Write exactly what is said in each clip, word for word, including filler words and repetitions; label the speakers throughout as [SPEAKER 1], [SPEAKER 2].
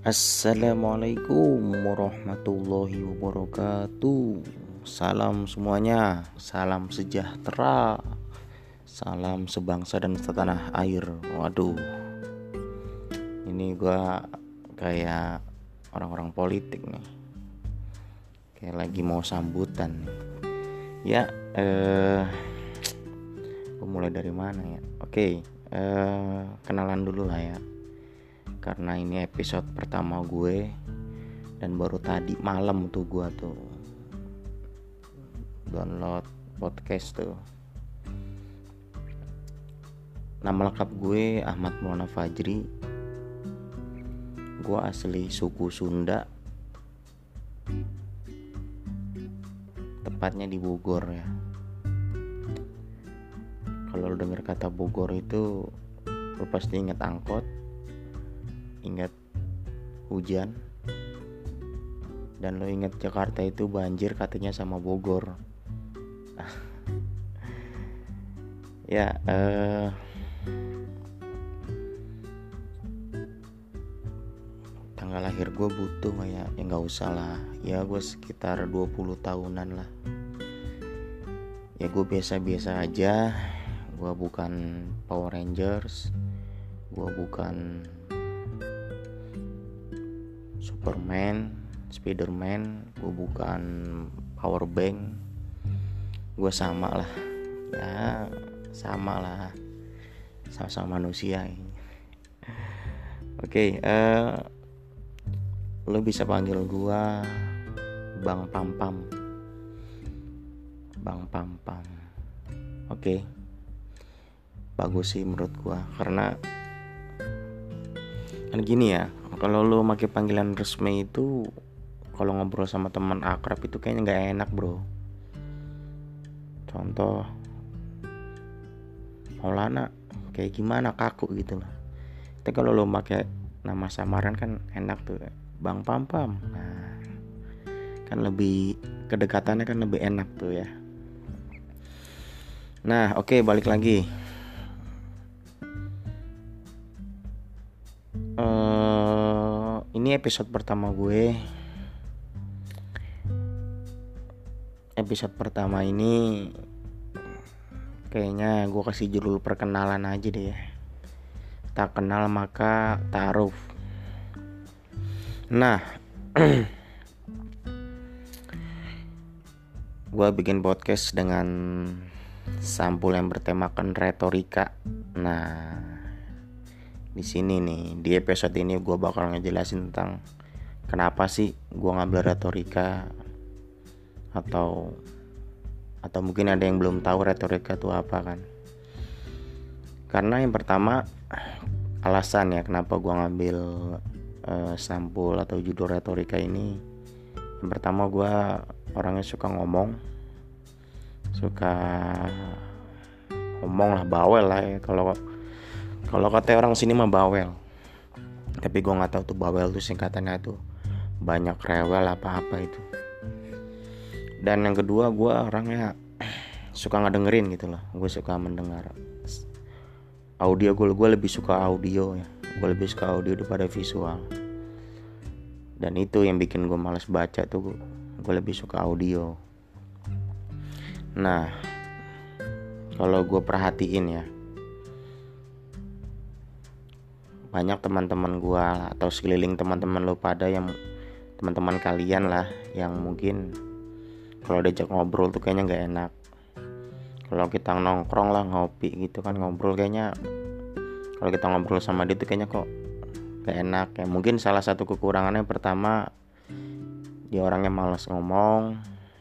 [SPEAKER 1] Assalamualaikum warahmatullahi wabarakatuh. Salam semuanya, salam sejahtera, salam sebangsa dan setanah air. Waduh, ini gua kayak orang-orang politik nih, kayak lagi mau sambutan. Ya, eh, gua mulai dari mana ya? Oke, eh, kenalan dulu lah ya. Karena ini episode pertama gue dan baru tadi malam tuh gue tuh download podcast tuh. Nama lengkap gue Ahmad Maulana Fajri. Gue asli suku Sunda, tepatnya di Bogor ya. Kalau lo denger kata Bogor itu lo pasti inget angkot, ingat hujan, dan lo ingat Jakarta itu banjir katanya sama Bogor. ya eh, tanggal lahir gue butuh ya ya nggak usah lah ya, gue sekitar dua puluh tahunan lah ya. Gue biasa-biasa aja, gue bukan Power Rangers, gue bukan Superman, Spiderman, gue bukan power bank, gue sama lah, ya sama lah, sama-sama manusia. Oke, okay, uh, lo bisa panggil gue Bang Pampam, Bang Pampam. Oke, okay. Bagus sih menurut gue, karena kan gini ya. Kalau lo pakai panggilan resmi itu, kalau ngobrol sama teman akrab itu kayaknya nggak enak bro. Contoh, Maulana, kayak gimana, kaku gitu lah. Tapi kalau lo pakai nama samaran kan enak tuh, Bang Pampam. Nah, kan lebih kedekatannya kan lebih enak tuh ya. Nah, oke, okay, balik lagi. Ini episode pertama gue. Episode pertama ini kayaknya gue kasih judul perkenalan aja deh ya. Tak kenal maka ta'aruf. Nah, gue bikin podcast dengan sampul yang bertemakan retorika. Nah, di sini nih, di episode ini gue bakal ngejelasin tentang kenapa sih gue ngambil retorika, atau atau mungkin ada yang belum tahu retorika itu apa kan. Karena yang pertama, alasan ya kenapa gue ngambil uh, sampul atau judul retorika ini. Yang pertama, gue orangnya suka ngomong, suka ngomong lah, bawel lah ya. Kalau Kalau kata orang sini mah bawel, tapi gue nggak tahu tuh bawel tuh singkatannya tuh banyak rewel apa-apa itu. Dan yang kedua, gue orangnya suka ngedengerin gitu loh. Gue suka mendengar audio. Gue gue lebih suka audio ya. Gue lebih suka audio daripada visual. Dan itu yang bikin gue malas baca tuh. Gue lebih suka audio. Nah, kalau gue perhatiin ya, banyak teman-teman gue atau sekeliling teman-teman lo pada, yang teman-teman kalian lah, yang mungkin kalau diajak ngobrol tuh kayaknya nggak enak. Kalau kita nongkrong lah, ngopi gitu kan, ngobrol kayaknya, kalau kita ngobrol sama dia tuh kayaknya kok nggak enak ya. Mungkin salah satu kekurangannya pertama, dia orangnya malas ngomong.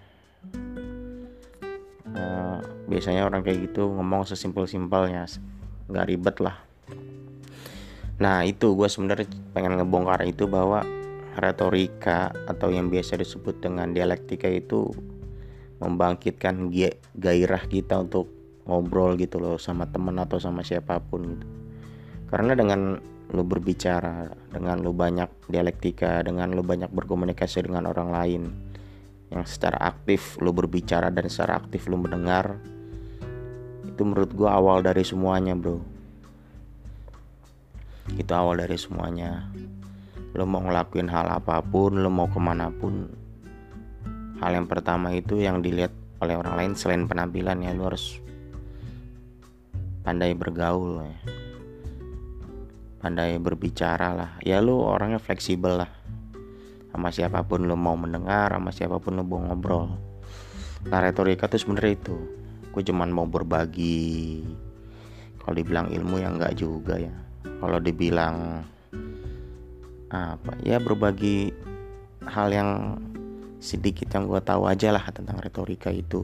[SPEAKER 1] Uh, biasanya orang kayak gitu ngomong sesimpel-simpelnya, nggak ribet lah. Nah, itu gue sebenarnya pengen ngebongkar itu, bahwa retorika atau yang biasa disebut dengan dialektika itu membangkitkan gairah kita untuk ngobrol gitu loh sama temen atau sama siapapun gitu. Karena dengan lo berbicara, dengan lo banyak dialektika, dengan lo banyak berkomunikasi dengan orang lain, yang secara aktif lo berbicara dan secara aktif lo mendengar, itu menurut gue awal dari semuanya bro. Itu awal dari semuanya. lo mau ngelakuin hal apapun, lo mau kemanapun, hal yang pertama itu yang dilihat oleh orang lain selain penampilan ya, lo harus pandai bergaul ya, pandai berbicara lah ya, lo orangnya fleksibel lah, sama siapapun lo mau mendengar, sama siapapun lo mau ngobrol. Nah retorika tuh sebenarnya itu, gue cuman mau berbagi. Kalau dibilang ilmu ya enggak juga ya, kalau dibilang apa ya, berbagi hal yang sedikit yang gue tahu aja lah tentang retorika itu.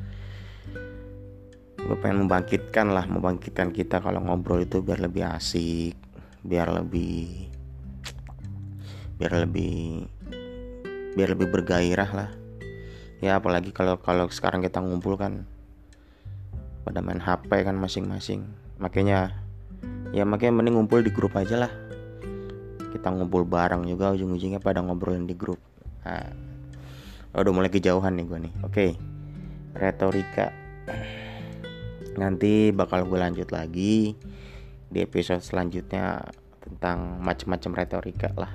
[SPEAKER 1] Gue pengen membangkitkan lah, membangkitkan kita kalau ngobrol itu biar lebih asik, biar lebih biar lebih biar lebih bergairah lah ya. Apalagi kalau kalau sekarang kita ngumpul kan pada main H P kan masing-masing, makanya ya makanya mending ngumpul di grup aja lah. Kita ngumpul bareng juga, ujung-ujungnya pada ngobrolin di grup. Nah, udah mulai kejauhan nih gue nih. Oke, retorika nanti bakal gue lanjut lagi di episode selanjutnya tentang macam-macam retorika lah.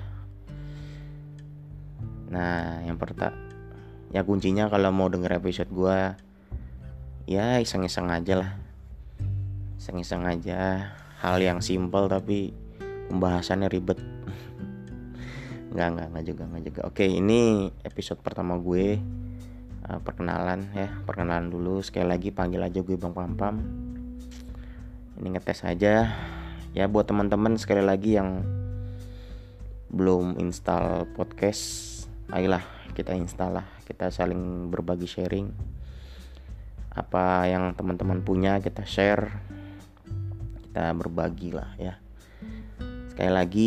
[SPEAKER 1] Nah yang pertama ya, kuncinya kalau mau denger episode gue ya iseng-iseng aja lah, iseng-iseng aja, hal yang simpel tapi pembahasannya ribet. Nggak, nggak, nggak juga, nggak juga. Oke, ini episode pertama gue, uh, perkenalan ya, perkenalan dulu. Sekali lagi panggil aja gue Bang Pam Pam. Ini ngetes aja ya buat teman-teman sekali lagi yang belum install podcast, ayolah kita install lah, kita saling berbagi sharing. Apa yang teman-teman punya kita share, kita berbagi lah ya. Sekali lagi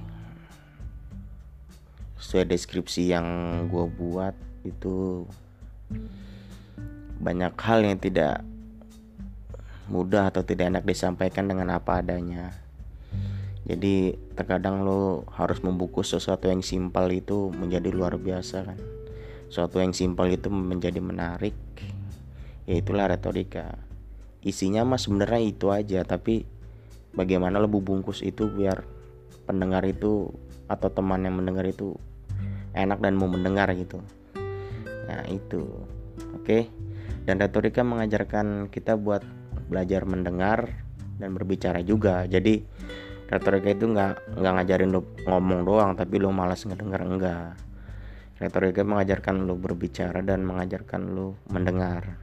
[SPEAKER 1] sesuai deskripsi yang gue buat itu banyak hal yang tidak mudah atau tidak enak disampaikan dengan apa adanya. Jadi terkadang lo harus membungkus sesuatu yang simpel itu menjadi luar biasa kan. Sesuatu yang simpel itu menjadi menarik. Ya itulah retorika. Isinya mah sebenarnya itu aja, tapi bagaimana lo bungkus itu biar pendengar itu atau teman yang mendengar itu enak dan mau mendengar gitu. Nah itu oke. Dan retorika mengajarkan kita buat belajar mendengar dan berbicara juga. Jadi retorika itu nggak nggak ngajarin lo ngomong doang tapi lo malas ngedengar, enggak. Retorika mengajarkan lo berbicara dan mengajarkan lo mendengar.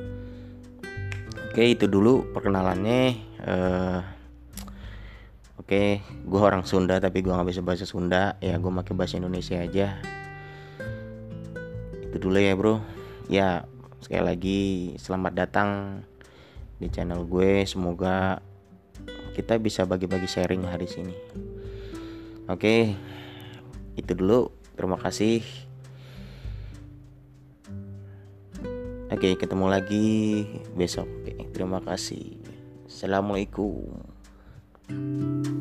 [SPEAKER 1] Oke, itu dulu perkenalannya. uh, Oke, gue orang Sunda tapi gue gak bisa bahasa Sunda. Ya gue pakai bahasa Indonesia aja. Itu dulu ya bro. Ya sekali lagi selamat datang di channel gue. Semoga kita bisa bagi-bagi sharing hari sini. Oke, itu dulu. Terima kasih. Oke, ketemu lagi besok. Oke, terima kasih. Assalamualaikum.